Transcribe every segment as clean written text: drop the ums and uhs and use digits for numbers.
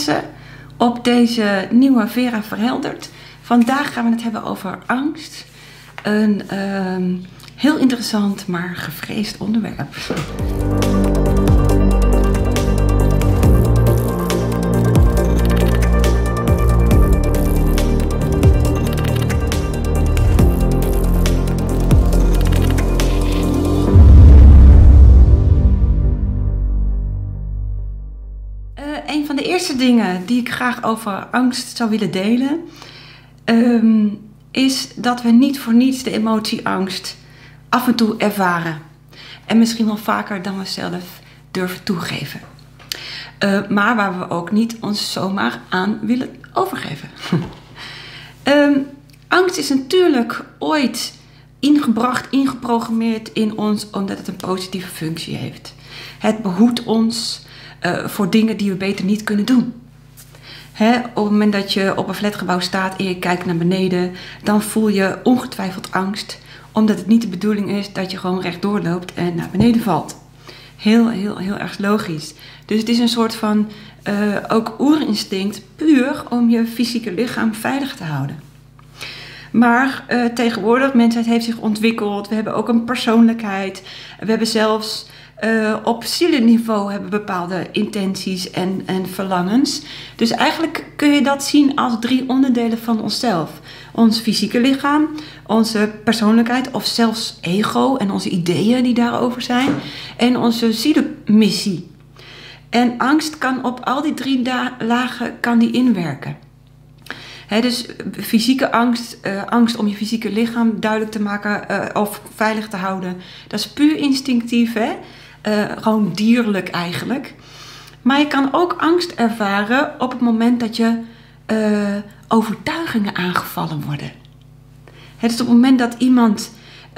toepassen op deze nieuwe Vera Verheldert. Vandaag gaan we het hebben over angst. Een heel interessant, maar gevreesd onderwerp. Een van de eerste dingen die ik graag over angst zou willen delen, is dat we niet voor niets de emotie angst af en toe ervaren. En misschien wel vaker dan we zelf durven toegeven. Maar waar we ook niet ons zomaar aan willen overgeven. Angst is natuurlijk ooit ingeprogrammeerd in ons omdat het een positieve functie heeft. Het behoedt ons voor dingen die we beter niet kunnen doen. Op het moment dat je op een flatgebouw staat en je kijkt naar beneden, dan voel je ongetwijfeld angst, omdat het niet de bedoeling is dat je gewoon rechtdoor loopt en naar beneden valt. Heel erg logisch. Dus het is een soort van ook oerinstinct, puur om je fysieke lichaam veilig te houden. Maar tegenwoordig, mensheid heeft zich ontwikkeld, we hebben ook een persoonlijkheid, we hebben zelfs op zielenniveau hebben bepaalde intenties en verlangens. Dus eigenlijk kun je dat zien als 3 onderdelen van onszelf. Ons fysieke lichaam, onze persoonlijkheid of zelfs ego en onze ideeën die daarover zijn. En onze zielenmissie. En angst kan op al die 3 lagen kan die inwerken. Dus fysieke angst, angst om je fysieke lichaam duidelijk te maken of veilig te houden. Dat is puur instinctief, hè? Gewoon dierlijk eigenlijk. Maar je kan ook angst ervaren op het moment dat je overtuigingen aangevallen worden. Het is op het moment dat iemand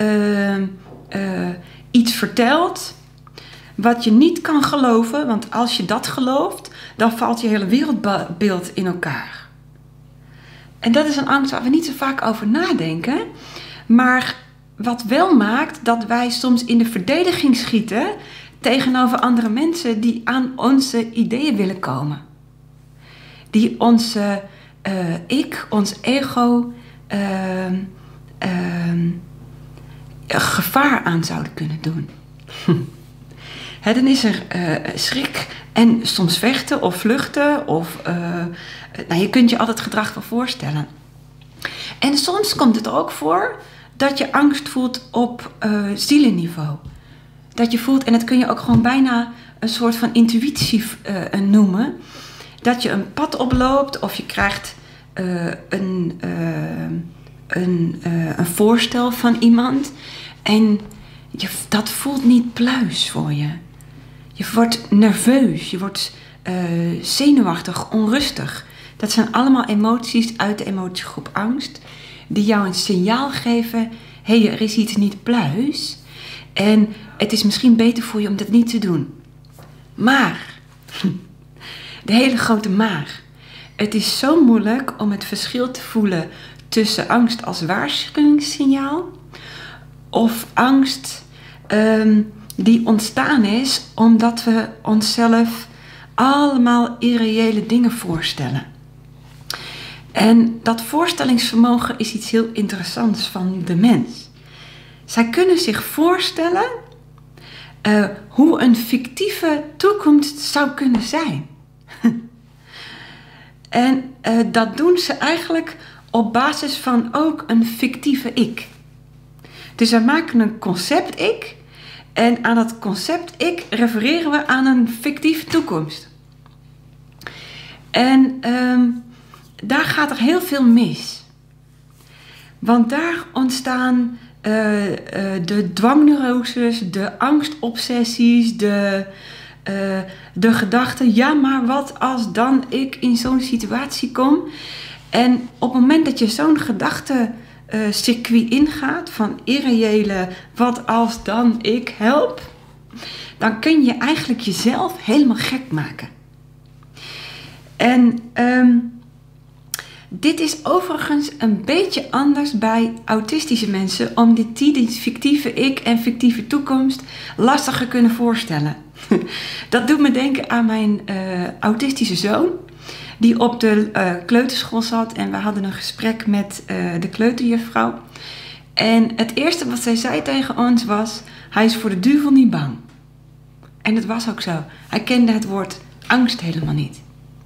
iets vertelt wat je niet kan geloven. Want als je dat gelooft, dan valt je hele wereldbeeld in elkaar. En dat is een angst waar we niet zo vaak over nadenken. Maar wat wel maakt dat wij soms in de verdediging schieten tegenover andere mensen die aan onze ideeën willen komen. Die onze ons ego, gevaar aan zouden kunnen doen. Dan is er schrik en soms vechten of vluchten. Je kunt je altijd gedrag wel voorstellen. En soms komt het ook voor dat je angst voelt op zielenniveau. Dat je voelt, en dat kun je ook gewoon bijna een soort van intuïtie noemen. Dat je een pad oploopt of je krijgt een voorstel van iemand. En dat voelt niet pluis voor je. Je wordt nerveus, je wordt zenuwachtig, onrustig. Dat zijn allemaal emoties uit de emotiegroep angst. Die jou een signaal geven, er is iets niet pluis. En het is misschien beter voor je om dat niet te doen. Maar, de hele grote maar. Het is zo moeilijk om het verschil te voelen tussen angst als waarschuwingssignaal of angst die ontstaan is omdat we onszelf allemaal irreële dingen voorstellen. En dat voorstellingsvermogen is iets heel interessants van de mens. Zij kunnen zich voorstellen hoe een fictieve toekomst zou kunnen zijn. En dat doen ze eigenlijk op basis van ook een fictieve ik. Dus zij maken een concept ik. En aan dat concept ik refereren we aan een fictieve toekomst. En daar gaat er heel veel mis. Want daar ontstaan de dwangneuroses, de angstobsessies, de gedachte, ja, maar wat als dan ik in zo'n situatie kom? En op het moment dat je zo'n gedachtecircuit ingaat van irreële, wat als dan ik help, dan kun je eigenlijk jezelf helemaal gek maken. En dit is overigens een beetje anders bij autistische mensen, omdat die fictieve ik en fictieve toekomst lastiger kunnen voorstellen. Dat doet me denken aan mijn autistische zoon. die op de kleuterschool zat. En we hadden een gesprek met de kleuterjuffrouw. En het eerste wat zij zei tegen ons was: hij is voor de duivel niet bang. En dat was ook zo. Hij kende het woord angst helemaal niet.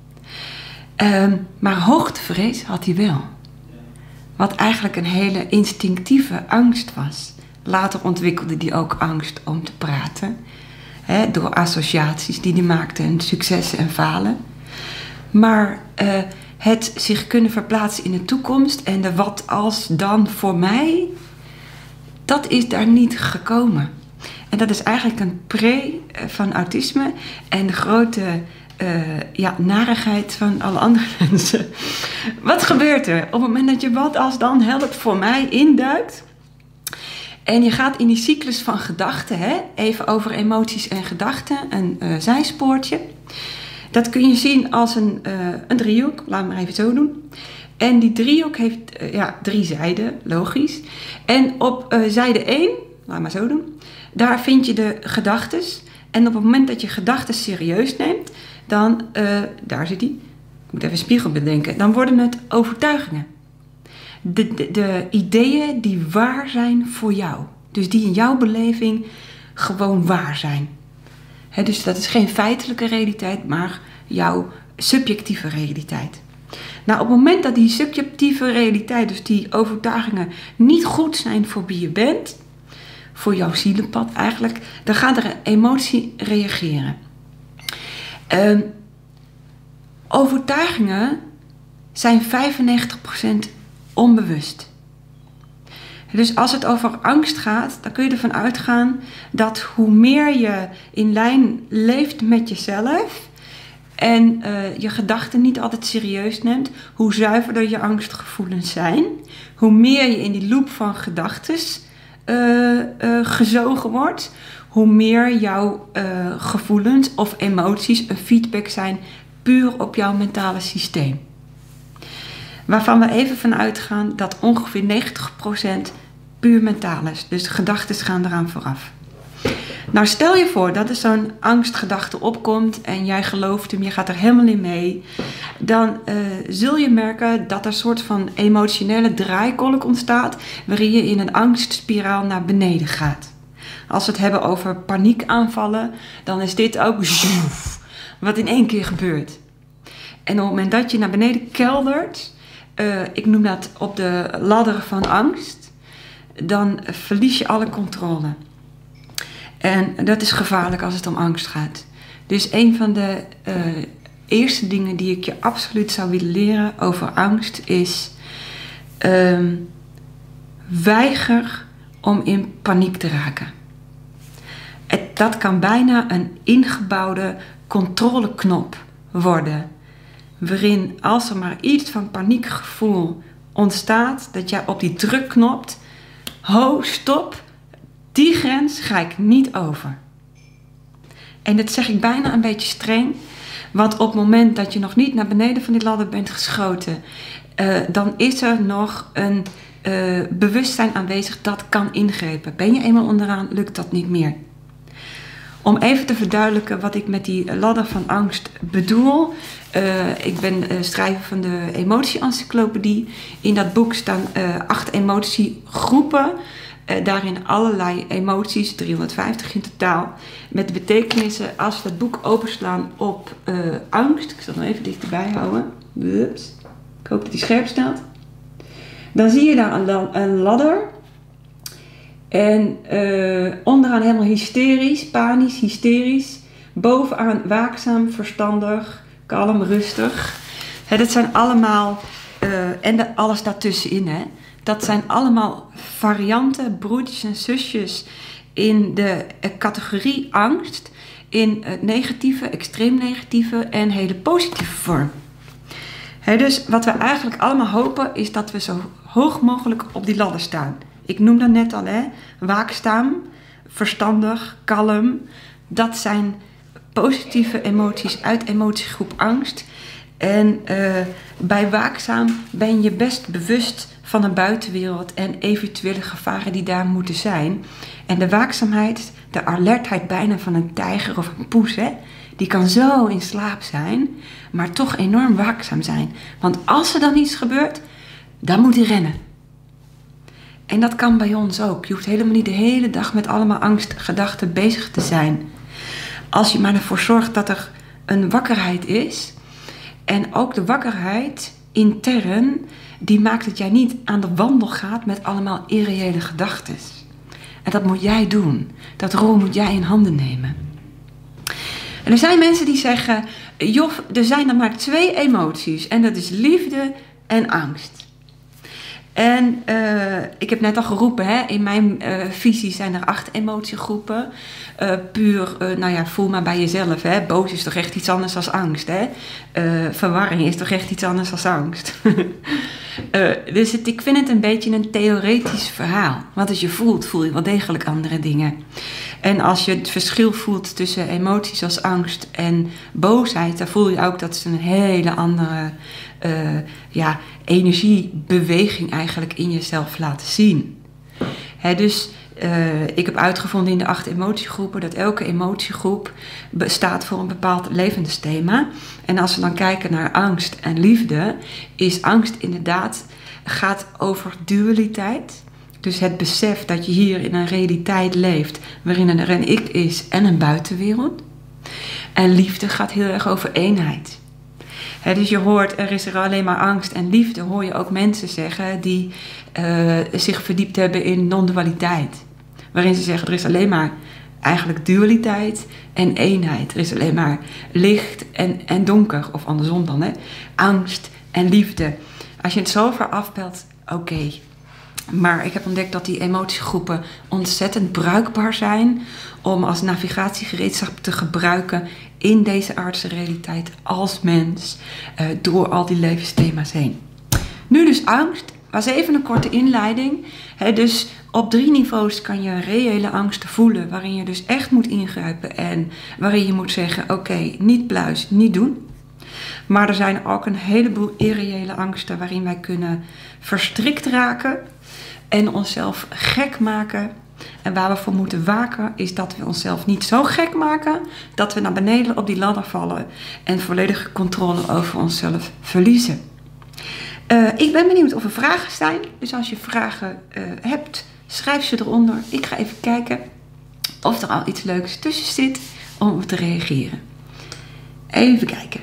Maar hoogtevrees had hij wel. Wat eigenlijk een hele instinctieve angst was. Later ontwikkelde hij ook angst om te praten. Door associaties die hij maakte en successen en falen. Maar het zich kunnen verplaatsen in de toekomst en de wat als dan voor mij, dat is daar niet gekomen. En dat is eigenlijk een pre van autisme en de grote narigheid van alle andere mensen. Wat gebeurt er op het moment dat je wat als dan helpt voor mij induikt? En je gaat in die cyclus van gedachten, even over emoties en gedachten, een zijspoortje. Dat kun je zien als een driehoek, laat me maar even zo doen. En die driehoek heeft 3 zijden, logisch. En op zijde 1, laat maar zo doen, daar vind je de gedachtes. En op het moment dat je gedachten serieus neemt, dan, daar zit die, ik moet even een spiegel bedenken, dan worden het overtuigingen. De ideeën die waar zijn voor jou. Dus die in jouw beleving gewoon waar zijn. Dus dat is geen feitelijke realiteit, maar jouw subjectieve realiteit. Nou, op het moment dat die subjectieve realiteit, dus die overtuigingen, niet goed zijn voor wie je bent, voor jouw zielenpad eigenlijk, dan gaat er een emotie reageren. Overtuigingen zijn 95% onbewust. Dus als het over angst gaat, dan kun je ervan uitgaan dat hoe meer je in lijn leeft met jezelf en je gedachten niet altijd serieus neemt, hoe zuiverder je angstgevoelens zijn, hoe meer je in die loop van gedachten gezogen wordt, hoe meer jouw gevoelens of emoties een feedback zijn puur op jouw mentale systeem. Waarvan we even van uitgaan dat ongeveer 90% puur mentaal is. Dus de gedachten gaan eraan vooraf. Nou, stel je voor dat er zo'n angstgedachte opkomt en jij gelooft hem, je gaat er helemaal in mee. Dan zul je merken dat er een soort van emotionele draaikolk ontstaat waarin je in een angstspiraal naar beneden gaat. Als we het hebben over paniekaanvallen, dan is dit ook wat in één keer gebeurt. En op het moment dat je naar beneden keldert, ik noem dat op de ladder van angst, dan verlies je alle controle. En dat is gevaarlijk als het om angst gaat. Dus een van de eerste dingen die ik je absoluut zou willen leren over angst is: weiger om in paniek te raken. Dat kan bijna een ingebouwde controleknop worden. Waarin als er maar iets van paniekgevoel ontstaat, dat jij op die drukknop, ho, stop, die grens ga ik niet over. En dat zeg ik bijna een beetje streng, want op het moment dat je nog niet naar beneden van die ladder bent geschoten, dan is er nog een bewustzijn aanwezig dat kan ingrepen. Ben je eenmaal onderaan, lukt dat niet meer. Om even te verduidelijken wat ik met die ladder van angst bedoel. Ik ben schrijver van de emotie-encyclopedie. In dat boek staan 8 emotiegroepen. Daarin allerlei emoties, 350 in totaal. Met betekenissen als we het boek openslaan op angst. Ik zal het nog even dichterbij houden. Ups. Ik hoop dat die scherp staat. Dan zie je daar een ladder. En onderaan helemaal hysterisch, panisch, hysterisch. Bovenaan waakzaam, verstandig, kalm, rustig. Dat zijn allemaal, en alles daartussenin. Dat zijn allemaal varianten, broertjes en zusjes in de categorie angst. In het negatieve, extreem negatieve en hele positieve vorm. Dus wat we eigenlijk allemaal hopen is dat we zo hoog mogelijk op die ladder staan. Ik noem dat net al, waakzaam, verstandig, kalm. Dat zijn positieve emoties uit emotiegroep angst. En bij waakzaam ben je best bewust van de buitenwereld en eventuele gevaren die daar moeten zijn. En de waakzaamheid, de alertheid bijna van een tijger of een poes. Hè? Die kan zo in slaap zijn, maar toch enorm waakzaam zijn. Want als er dan iets gebeurt, dan moet hij rennen. En dat kan bij ons ook. Je hoeft helemaal niet de hele dag met allemaal angstgedachten bezig te zijn. Als je maar ervoor zorgt dat er een wakkerheid is. En ook de wakkerheid intern, die maakt dat jij niet aan de wandel gaat met allemaal irreële gedachten. En dat moet jij doen. Dat rol moet jij in handen nemen. En er zijn mensen die zeggen, joh, er zijn er maar 2 emoties. En dat is liefde en angst. En ik heb net al geroepen, hè, in mijn visie zijn er 8 emotiegroepen. Voel maar bij jezelf. Hè. Boos is toch echt iets anders dan angst. Hè? Verwarring is toch echt iets anders dan angst. Dus ik vind het een beetje een theoretisch verhaal. Want als je voelt, voel je wel degelijk andere dingen. En als je het verschil voelt tussen emoties als angst en boosheid, dan voel je ook dat ze een hele andere energiebeweging eigenlijk in jezelf laten zien. Dus ik heb uitgevonden in de 8 emotiegroepen dat elke emotiegroep bestaat voor een bepaald levensthema. En als we dan kijken naar angst en liefde, is angst inderdaad gaat over dualiteit. Dus het besef dat je hier in een realiteit leeft waarin er een ik is en een buitenwereld. En liefde gaat heel erg over eenheid. Dus je hoort, er is er alleen maar angst en liefde, hoor je ook mensen zeggen die zich verdiept hebben in non-dualiteit. Waarin ze zeggen, er is alleen maar eigenlijk dualiteit en eenheid. Er is alleen maar licht en donker, of andersom dan, hè? Angst en liefde. Als je het zo ver afpelt, oké. Maar ik heb ontdekt dat die emotiegroepen ontzettend bruikbaar zijn om als navigatiegereedschap te gebruiken in deze aardse realiteit als mens door al die levensthema's heen. Nu dus angst, was even een korte inleiding. Dus op 3 niveaus kan je reële angsten voelen waarin je dus echt moet ingrijpen en waarin je moet zeggen, oké, niet pluis, niet doen. Maar er zijn ook een heleboel irreële angsten waarin wij kunnen verstrikt raken en onszelf gek maken. En waar we voor moeten waken is dat we onszelf niet zo gek maken dat we naar beneden op die ladder vallen en volledige controle over onszelf verliezen. Ik ben benieuwd of er vragen zijn. Dus als je vragen hebt, schrijf ze eronder. Ik ga even kijken of er al iets leuks tussen zit om op te reageren. Even kijken.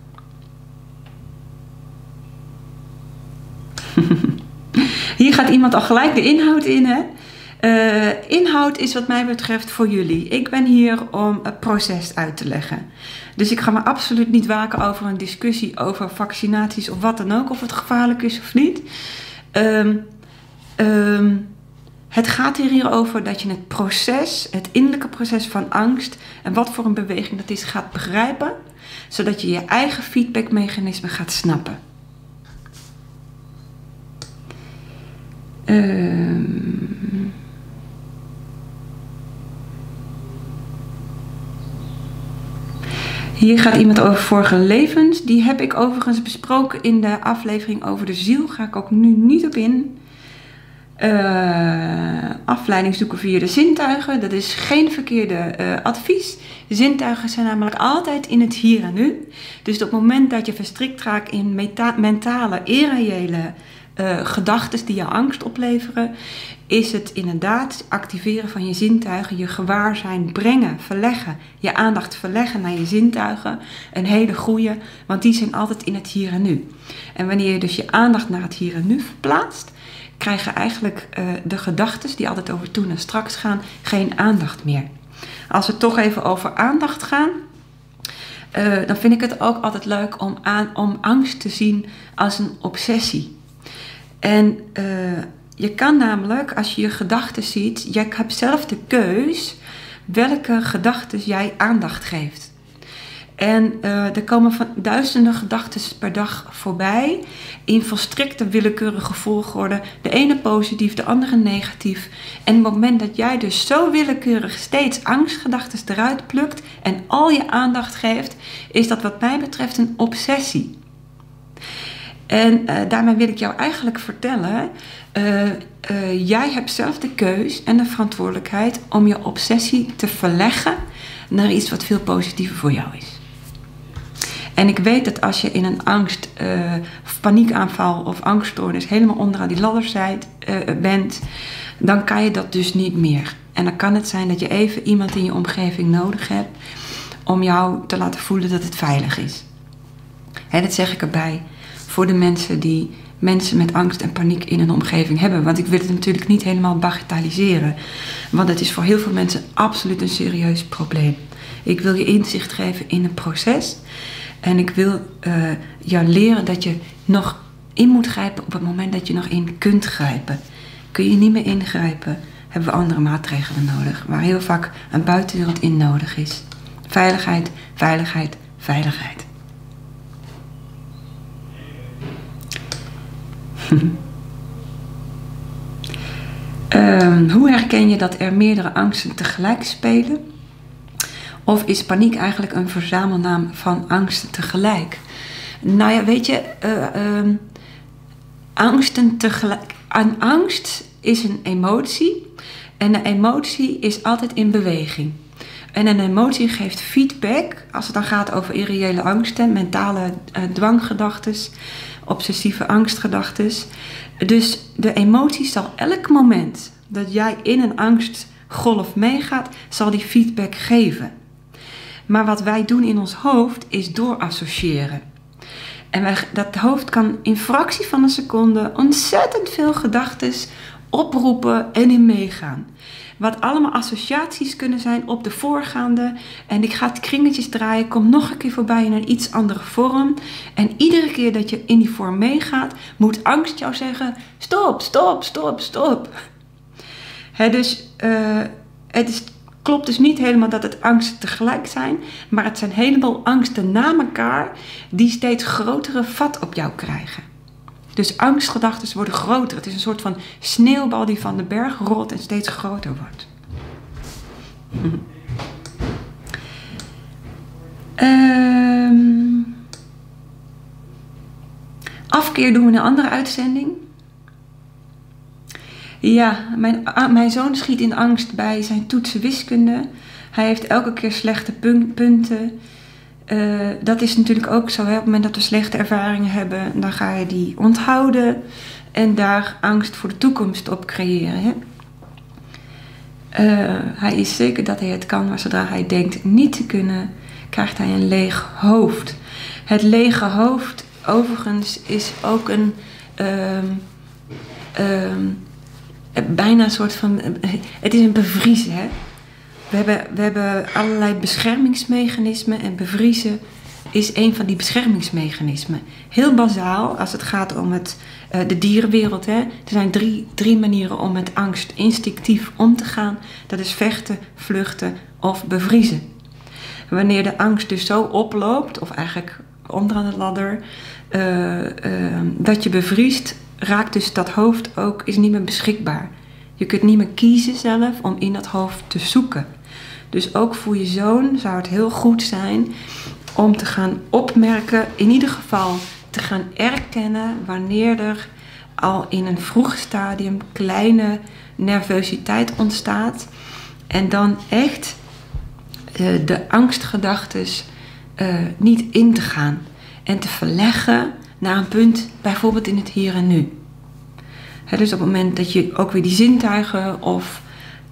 Hier gaat iemand al gelijk de inhoud in, hè? Inhoud is wat mij betreft voor jullie. Ik ben hier om het proces uit te leggen. Dus ik ga me absoluut niet waken over een discussie over vaccinaties of wat dan ook. Of het gevaarlijk is of niet. Het gaat hier over dat je het proces, het innerlijke proces van angst en wat voor een beweging dat is gaat begrijpen. Zodat je je eigen feedbackmechanisme gaat snappen. Hier gaat iemand over vorige levens. Die heb ik overigens besproken in de aflevering over de ziel. Ga ik ook nu niet op in. Afleiding zoeken via de zintuigen. Dat is geen verkeerde advies. De zintuigen zijn namelijk altijd in het hier en nu. Dus op het moment dat je verstrikt raakt in mentale, irreële gedachten die je angst opleveren, is het inderdaad activeren van je zintuigen, je gewaarzijn brengen, verleggen, je aandacht verleggen naar je zintuigen, een hele goeie, want die zijn altijd in het hier en nu. En wanneer je dus je aandacht naar het hier en nu verplaatst, krijgen eigenlijk de gedachten die altijd over toen en straks gaan, geen aandacht meer. Als we toch even over aandacht gaan, dan vind ik het ook altijd leuk om angst te zien als een obsessie. En je kan namelijk, als je je gedachten ziet, jij hebt zelf de keus welke gedachten jij aandacht geeft. En er komen van duizenden gedachten per dag voorbij in volstrekte willekeurige volgorde. De ene positief, de andere negatief. En op het moment dat jij dus zo willekeurig steeds angstgedachten eruit plukt en al je aandacht geeft, is dat wat mij betreft een obsessie. En daarmee wil ik jou eigenlijk vertellen, jij hebt zelf de keus en de verantwoordelijkheid om je obsessie te verleggen naar iets wat veel positiever voor jou is. En ik weet dat als je in een angst, of paniekaanval of angststoornis helemaal onderaan die ladder bent, dan kan je dat dus niet meer. En dan kan het zijn dat je even iemand in je omgeving nodig hebt om jou te laten voelen dat het veilig is. Dat zeg ik erbij voor de mensen die mensen met angst en paniek in een omgeving hebben. Want ik wil het natuurlijk niet helemaal bagatelliseren. Want het is voor heel veel mensen absoluut een serieus probleem. Ik wil je inzicht geven in een proces. En ik wil jou leren dat je nog in moet grijpen op het moment dat je nog in kunt grijpen. Kun je niet meer ingrijpen, hebben we andere maatregelen nodig. Waar heel vaak een buitenwereld in nodig is. Veiligheid, veiligheid, veiligheid. Hoe herken je dat er meerdere angsten tegelijk spelen? Of is paniek eigenlijk een verzamelnaam van angsten tegelijk? Nou ja, weet je, angsten tegelijk. Angst is een emotie en een emotie is altijd in beweging. En een emotie geeft feedback als het dan gaat over irreële angsten, mentale dwanggedachten, obsessieve angstgedachtes. Dus de emotie zal elk moment dat jij in een angstgolf meegaat, zal die feedback geven. Maar wat wij doen in ons hoofd is doorassociëren. En dat hoofd kan in fractie van een seconde ontzettend veel gedachten oproepen en in meegaan. Wat allemaal associaties kunnen zijn op de voorgaande. En ik ga het kringetjes draaien, kom nog een keer voorbij in een iets andere vorm. En iedere keer dat je in die vorm meegaat, moet angst jou zeggen, stop, stop, stop, stop. Dus het klopt dus niet helemaal dat het angsten tegelijk zijn. Maar het zijn een heleboel angsten na elkaar die steeds grotere vat op jou krijgen. Dus angstgedachten worden groter. Het is een soort van sneeuwbal die van de berg rolt en steeds groter wordt. Afkeer doen we in een andere uitzending. Ja, mijn zoon schiet in angst bij zijn toetsen wiskunde. Hij heeft elke keer slechte punten. Dat is natuurlijk ook zo. Op het moment dat we slechte ervaringen hebben, dan ga je die onthouden. En daar angst voor de toekomst op creëren. Hij is zeker dat hij het kan, maar zodra hij denkt niet te kunnen, krijgt hij een leeg hoofd. Het lege hoofd, overigens, is ook een bijna een soort van, het is een bevriezen. Hè? We hebben allerlei beschermingsmechanismen en bevriezen is een van die beschermingsmechanismen. Heel bazaal als het gaat om de dierenwereld. Hè? Er zijn drie manieren om met angst instinctief om te gaan. Dat is vechten, vluchten of bevriezen. Wanneer de angst dus zo oploopt, of eigenlijk onderaan de ladder, dat je bevriest, raakt dus dat hoofd ook, is niet meer beschikbaar. Je kunt niet meer kiezen zelf om in dat hoofd te zoeken. Dus ook voor je zoon zou het heel goed zijn om te gaan opmerken, in ieder geval te gaan erkennen wanneer er al in een vroeg stadium kleine nervositeit ontstaat. En dan echt de angstgedachten niet in te gaan en te verleggen naar een punt, bijvoorbeeld in het hier en nu. Dus op het moment dat je ook weer die zintuigen of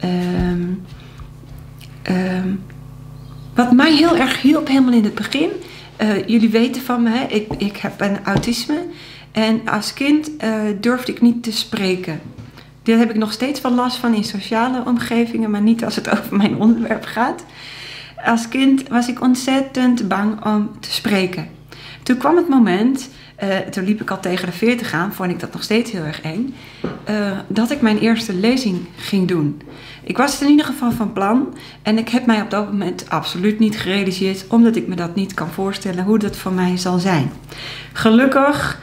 wat mij heel erg hielp helemaal in het begin. Jullie weten van me, ik heb een autisme. En als kind durfde ik niet te spreken. Daar heb ik nog steeds wel last van in sociale omgevingen, maar niet als het over mijn onderwerp gaat. Als kind was ik ontzettend bang om te spreken. Toen kwam het moment, toen liep ik al tegen de 40 aan, vond ik dat nog steeds heel erg eng, dat ik mijn eerste lezing ging doen. Ik was het in ieder geval van plan en ik heb mij op dat moment absoluut niet gerealiseerd, omdat ik me dat niet kan voorstellen hoe dat voor mij zal zijn. Gelukkig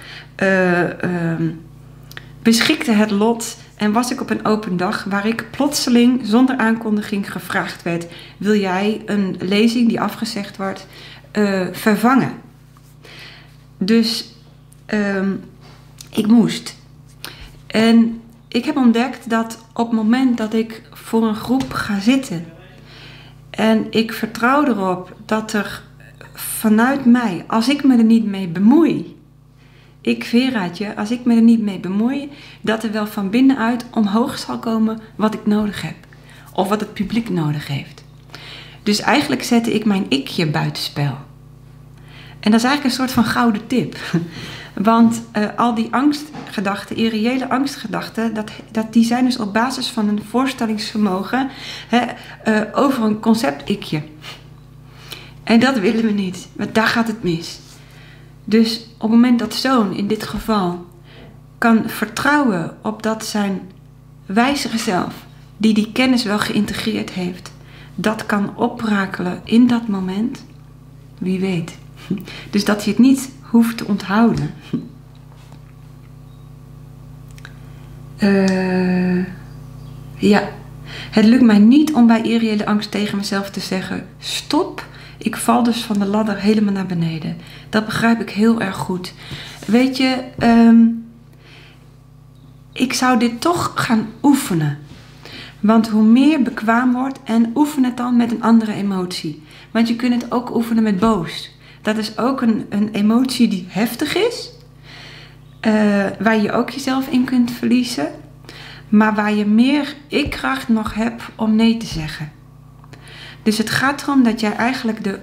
beschikte het lot en was ik op een open dag waar ik plotseling zonder aankondiging gevraagd werd: wil jij een lezing die afgezegd wordt vervangen? Dus ik moest. En ik heb ontdekt dat op het moment dat ik voor een groep ga zitten en ik vertrouw erop dat er vanuit mij, als ik me er niet mee bemoei, Veraatje, als ik me er niet mee bemoei, dat er wel van binnenuit omhoog zal komen wat ik nodig heb. Of wat het publiek nodig heeft. Dus eigenlijk zette ik mijn ikje buitenspel. En dat is eigenlijk een soort van gouden tip. Want al die angstgedachten, irreële angstgedachten, die zijn dus op basis van een voorstellingsvermogen over een concept-ikje. En dat willen we niet, want daar gaat het mis. Dus op het moment dat zoon in dit geval kan vertrouwen op dat zijn wijzere zelf, die kennis wel geïntegreerd heeft, dat kan oprakelen in dat moment, wie weet. Dus dat hij het niet hoeft te onthouden. Ja, het lukt mij niet om bij irreële angst tegen mezelf te zeggen, stop. Ik val dus van de ladder helemaal naar beneden. Dat begrijp ik heel erg goed. Weet je, ik zou dit toch gaan oefenen. Want hoe meer je bekwaam wordt, en oefen het dan met een andere emotie. Want je kunt het ook oefenen met boos. Dat is ook een emotie die heftig is. Waar je ook jezelf in kunt verliezen. Maar waar je meer ik-kracht nog hebt om nee te zeggen. Dus het gaat erom dat jij eigenlijk de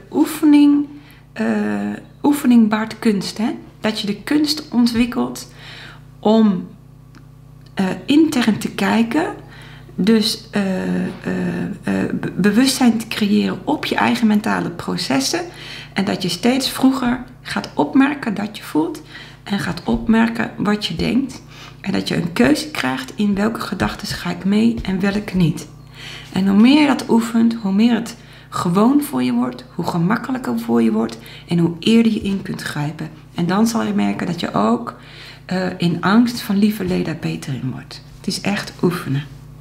oefening baart kunst. Hè? Dat je de kunst ontwikkelt om intern te kijken. Dus bewustzijn te creëren op je eigen mentale processen. En dat je steeds vroeger gaat opmerken dat je voelt. En gaat opmerken wat je denkt. En dat je een keuze krijgt in welke gedachten ga ik mee en welke niet. En hoe meer je dat oefent, hoe meer het gewoon voor je wordt, hoe gemakkelijker voor je wordt en hoe eerder je in kunt grijpen. En dan zal je merken dat je ook in angst van lieverlee daar beter in wordt. Het is echt oefenen.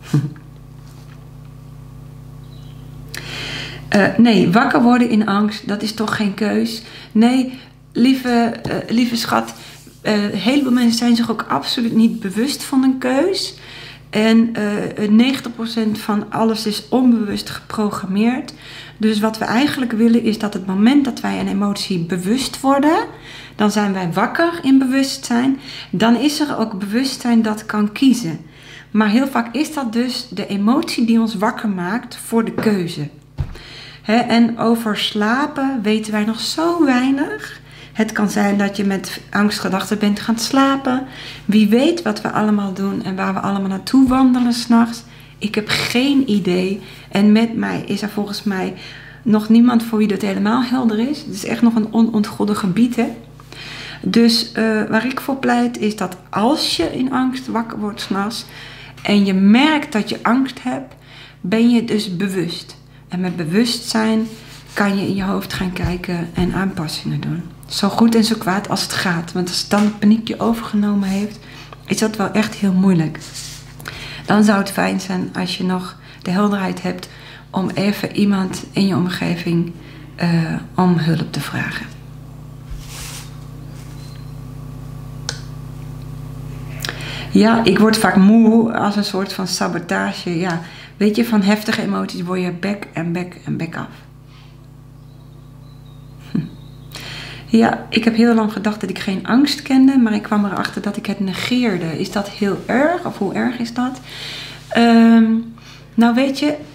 Nee, wakker worden in angst, dat is toch geen keus. Nee, lieve schat, een heleboel mensen zijn zich ook absoluut niet bewust van een keus. En 90% van alles is onbewust geprogrammeerd. Dus wat we eigenlijk willen is dat het moment dat wij een emotie bewust worden, dan zijn wij wakker in bewustzijn. Dan is er ook bewustzijn dat kan kiezen. Maar heel vaak is dat dus de emotie die ons wakker maakt voor de keuze. En over slapen weten wij nog zo weinig. Het kan zijn dat je met angstgedachten bent gaan slapen. Wie weet wat we allemaal doen en waar we allemaal naartoe wandelen 's nachts. Ik heb geen idee. En met mij is er volgens mij nog niemand voor wie dat helemaal helder is. Het is echt nog een onontgonnen gebied. Hè? Dus waar ik voor pleit is dat als je in angst wakker wordt 's nachts en je merkt dat je angst hebt, ben je dus bewust. En met bewustzijn kan je in je hoofd gaan kijken en aanpassingen doen. Zo goed en zo kwaad als het gaat. Want als dan paniek je overgenomen heeft, is dat wel echt heel moeilijk. Dan zou het fijn zijn als je nog de helderheid hebt om even iemand in je omgeving om hulp te vragen. Ja, ik word vaak moe als een soort van sabotage. Ja, weet je, van heftige emoties word je bek en bek en bek af. Ja, ik heb heel lang gedacht dat ik geen angst kende, maar ik kwam erachter dat ik het negeerde. Is dat heel erg? Of hoe erg is dat? Nou weet je,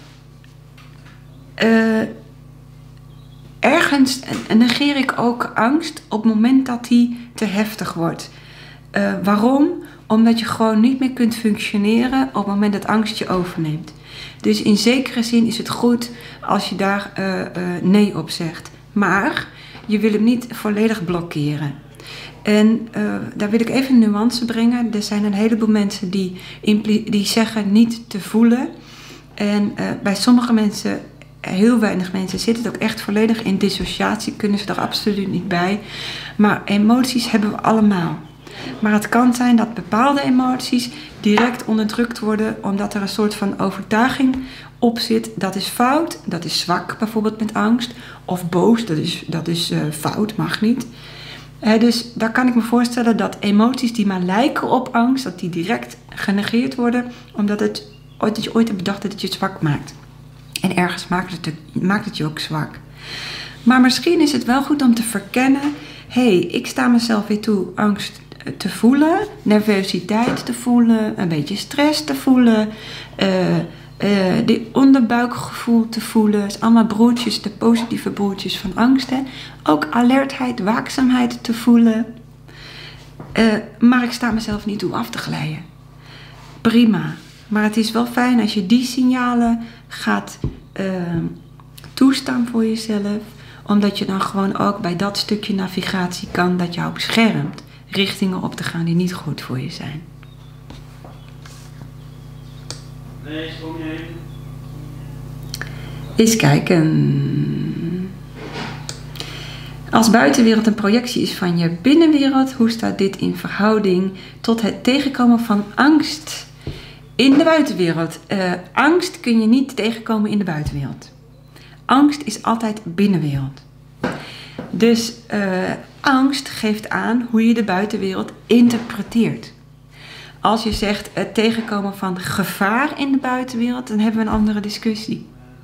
ergens negeer ik ook angst op het moment dat die te heftig wordt. Waarom? Omdat je gewoon niet meer kunt functioneren op het moment dat angst je overneemt. Dus in zekere zin is het goed als je daar nee op zegt. Maar je wil hem niet volledig blokkeren. En daar wil ik even een nuance brengen. Er zijn een heleboel mensen die zeggen niet te voelen. En bij sommige mensen, heel weinig mensen, zit het ook echt volledig in dissociatie. Kunnen ze er absoluut niet bij. Maar emoties hebben we allemaal. Maar het kan zijn dat bepaalde emoties direct onderdrukt worden omdat er een soort van overtuiging op zit. Dat is fout, dat is zwak, bijvoorbeeld met angst. Of boos, dat is fout, mag niet. Dus daar kan ik me voorstellen dat emoties die maar lijken op angst, dat die direct genegeerd worden, omdat je ooit hebt bedacht dat het je zwak maakt. En ergens maakt het je ook zwak. Maar misschien is het wel goed om te verkennen, ik sta mezelf weer toe angst te voelen, nervositeit te voelen, een beetje stress te voelen, die onderbuikgevoel te voelen. Het is allemaal broertjes, de positieve broertjes van angst. Hè? Ook alertheid, waakzaamheid te voelen. Maar ik sta mezelf niet toe af te glijden. Prima. Maar het is wel fijn als je die signalen gaat toestaan voor jezelf. Omdat je dan gewoon ook bij dat stukje navigatie kan dat jou beschermt. Richtingen op te gaan die niet goed voor je zijn. Nee, kom je heen. Eens kijken. Als buitenwereld een projectie is van je binnenwereld, hoe staat dit in verhouding tot het tegenkomen van angst in de buitenwereld? Angst kun je niet tegenkomen in de buitenwereld. Angst is altijd binnenwereld. Dus angst geeft aan hoe je de buitenwereld interpreteert. Als je zegt het tegenkomen van gevaar in de buitenwereld, dan hebben we een andere discussie.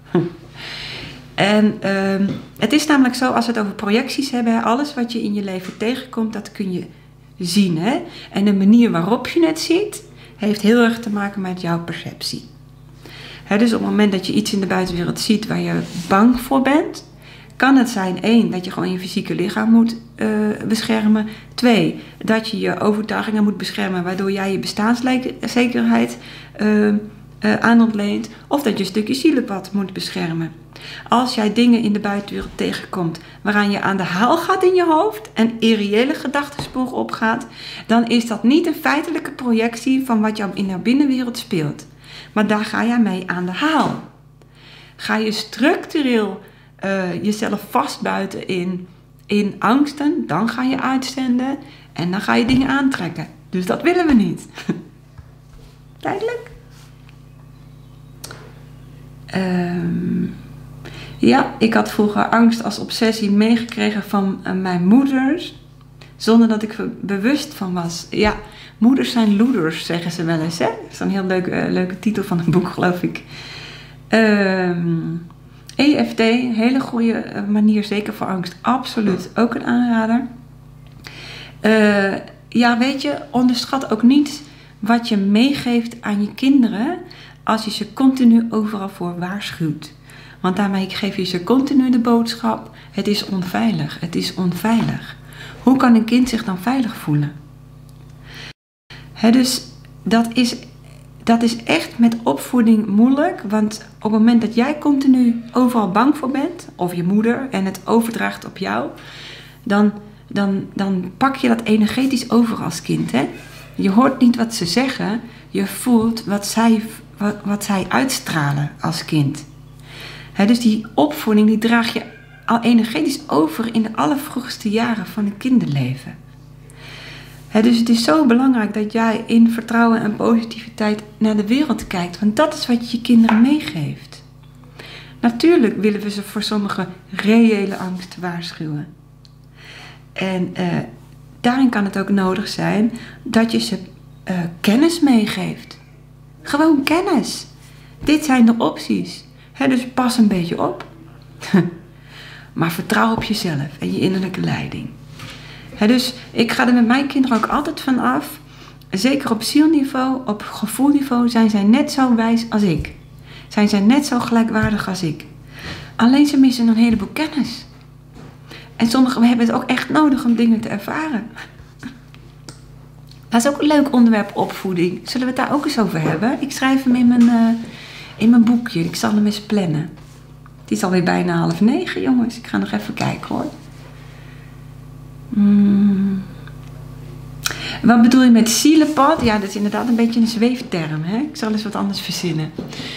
En het is namelijk zo, als we het over projecties hebben, alles wat je in je leven tegenkomt, dat kun je zien. Hè? En de manier waarop je het ziet, heeft heel erg te maken met jouw perceptie. Dus op het moment dat je iets in de buitenwereld ziet waar je bang voor bent, kan het zijn 1, dat je gewoon je fysieke lichaam moet beschermen. 2, dat je je overtuigingen moet beschermen, waardoor jij je bestaanszekerheid aan ontleent. Of dat je een stukje zielenpad moet beschermen. Als jij dingen in de buitenwereld tegenkomt waaraan je aan de haal gaat in je hoofd en irreële gedachtenspoor opgaat, dan is dat niet een feitelijke projectie van wat jou in de binnenwereld speelt. Maar daar ga jij mee aan de haal. Ga je structureel jezelf vastbuiten in angsten, dan ga je uitzenden en dan ga je dingen aantrekken. Dus dat willen we niet. Duidelijk? Ja, ik had vroeger angst als obsessie meegekregen van mijn moeders, zonder dat ik er bewust van was. Ja, moeders zijn loeders, zeggen ze wel eens. Hè? Dat is een heel leuke titel van een boek, geloof ik. EFT, hele goede manier, zeker voor angst. Absoluut, ook een aanrader. Ja, weet je, onderschat ook niet wat je meegeeft aan je kinderen als je ze continu overal voor waarschuwt. Want daarmee geef je ze continu de boodschap, het is onveilig, het is onveilig. Hoe kan een kind zich dan veilig voelen? Dus dat is echt met opvoeding moeilijk, want op het moment dat jij continu overal bang voor bent, of je moeder, en het overdraagt op jou, dan pak je dat energetisch over als kind. Hè? Je hoort niet wat ze zeggen, je voelt wat zij uitstralen als kind. Dus die opvoeding die draag je al energetisch over in de allervroegste jaren van een kinderleven. Dus het is zo belangrijk dat jij in vertrouwen en positiviteit naar de wereld kijkt. Want dat is wat je kinderen meegeeft. Natuurlijk willen we ze voor sommige reële angst waarschuwen. En daarin kan het ook nodig zijn dat je ze kennis meegeeft. Gewoon kennis. Dit zijn de opties. Dus pas een beetje op. Maar vertrouw op jezelf en je innerlijke leiding. Dus ik ga er met mijn kinderen ook altijd van af. Zeker op zielniveau, op gevoelniveau zijn zij net zo wijs als ik. Zijn zij net zo gelijkwaardig als ik. Alleen ze missen een heleboel kennis. En sommigen hebben het ook echt nodig om dingen te ervaren. Dat is ook een leuk onderwerp, opvoeding. Zullen we het daar ook eens over hebben? Ik schrijf hem in mijn boekje. Ik zal hem eens plannen. Het is alweer bijna 8:30, jongens. Ik ga nog even kijken, hoor. Wat bedoel je met zielenpad? Ja, dat is inderdaad een beetje een zweefterm. Hè? Ik zal eens wat anders verzinnen.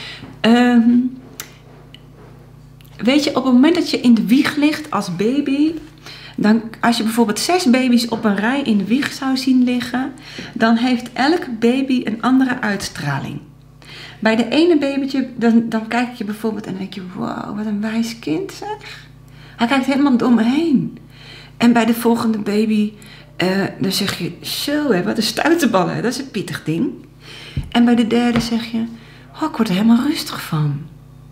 Weet je, op het moment dat je in de wieg ligt als baby, dan, als je bijvoorbeeld 6 baby's op een rij in de wieg zou zien liggen, dan heeft elk baby een andere uitstraling. Bij de ene babytje, dan kijk je bijvoorbeeld en denk je, wow, wat een wijs kind zeg. Hij kijkt helemaal door me heen. En bij de volgende baby, dan zeg je, zo hè, wat een stuitenballen, dat is een pittig ding. En bij de derde zeg je, oh, ik word er helemaal rustig van.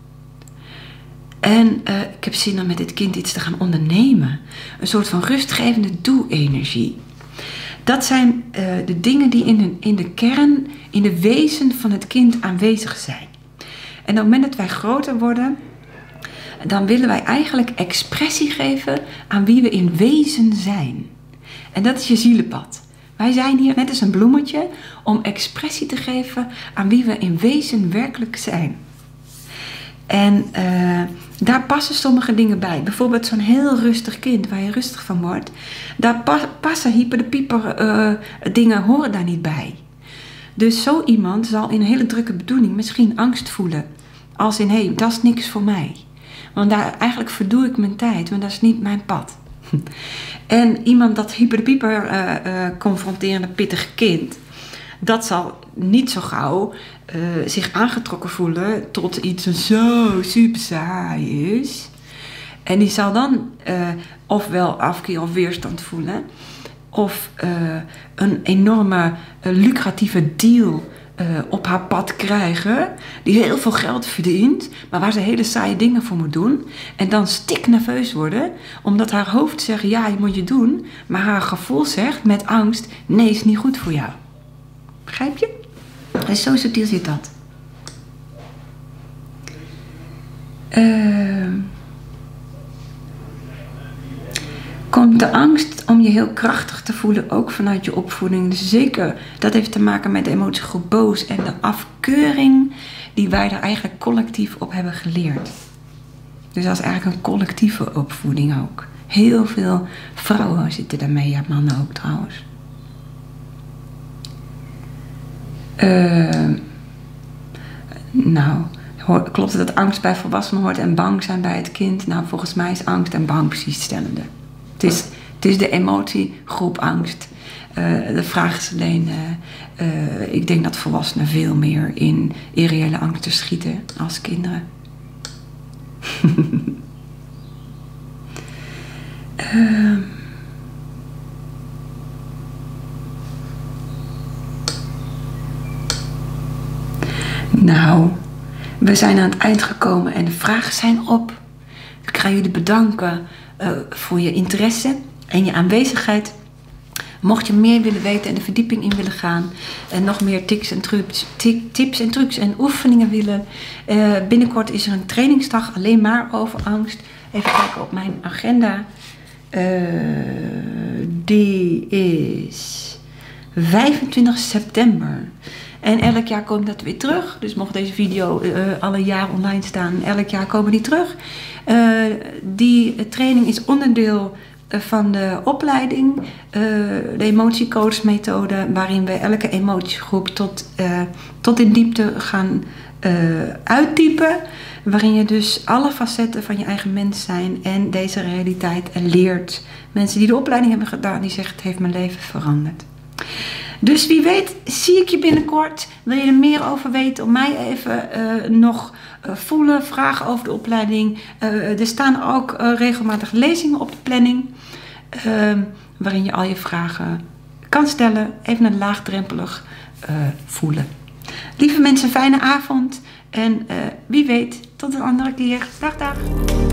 En ik heb zin om met dit kind iets te gaan ondernemen. Een soort van rustgevende doe-energie. Dat zijn de dingen die in de kern, in de wezen van het kind aanwezig zijn. En op het moment dat wij groter worden, dan willen wij eigenlijk expressie geven aan wie we in wezen zijn. En dat is je zielenpad. Wij zijn hier net als een bloemetje om expressie te geven aan wie we in wezen werkelijk zijn. En daar passen sommige dingen bij. Bijvoorbeeld zo'n heel rustig kind waar je rustig van wordt. Daar passen hyper de pieper dingen horen daar niet bij. Dus zo iemand zal in een hele drukke bedoeling misschien angst voelen. Als in, hé, dat is niks voor mij. Want eigenlijk verdoe ik mijn tijd, want dat is niet mijn pad. En iemand dat hyper de pieper confronterende pittige kind, dat zal niet zo gauw zich aangetrokken voelen tot iets zo super saai is. En die zal dan ofwel afkeer of weerstand voelen, of een enorme lucratieve deal op haar pad krijgen, die heel veel geld verdient, maar waar ze hele saaie dingen voor moet doen. En dan stiknerveus worden, omdat haar hoofd zegt, ja, je moet je doen, maar haar gevoel zegt met angst, nee, is niet goed voor jou. Begrijp je? En zo subtiel zit dat. Komt de angst om je heel krachtig te voelen ook vanuit je opvoeding? Dus zeker, dat heeft te maken met de emotiegroep boos en de afkeuring die wij er eigenlijk collectief op hebben geleerd. Dus dat is eigenlijk een collectieve opvoeding ook. Heel veel vrouwen zitten daarmee, ja, mannen ook trouwens. Nou, klopt het dat angst bij volwassenen hoort en bang zijn bij het kind? Nou, volgens mij is angst en bang precies hetzelfde. Het is de emotiegroep angst. De vraag is alleen, ik denk dat volwassenen veel meer in irreële angsten schieten als kinderen. Nou, we zijn aan het eind gekomen en de vragen zijn op. Ik ga jullie bedanken voor je interesse en je aanwezigheid. Mocht je meer willen weten en de verdieping in willen gaan en nog meer tips en trucs en oefeningen willen. Binnenkort is er een trainingsdag alleen maar over angst. Even kijken op mijn agenda. Die is 25 september. En elk jaar komt dat weer terug. Dus mocht deze video alle jaar online staan, elk jaar komen die terug. Die training is onderdeel van de opleiding. De emotiecoachmethode, waarin we elke emotiegroep tot in diepte gaan uitdiepen. Waarin je dus alle facetten van je eigen mens zijn en deze realiteit leert. Mensen die de opleiding hebben gedaan, die zeggen, het heeft mijn leven veranderd. Dus wie weet zie ik je binnenkort. Wil je er meer over weten? Om mij even nog voelen. Vragen over de opleiding. Er staan ook regelmatig lezingen op de planning. Waarin je al je vragen kan stellen. Even een laagdrempelig voelen. Lieve mensen, fijne avond. En wie weet, tot een andere keer. Dag, dag.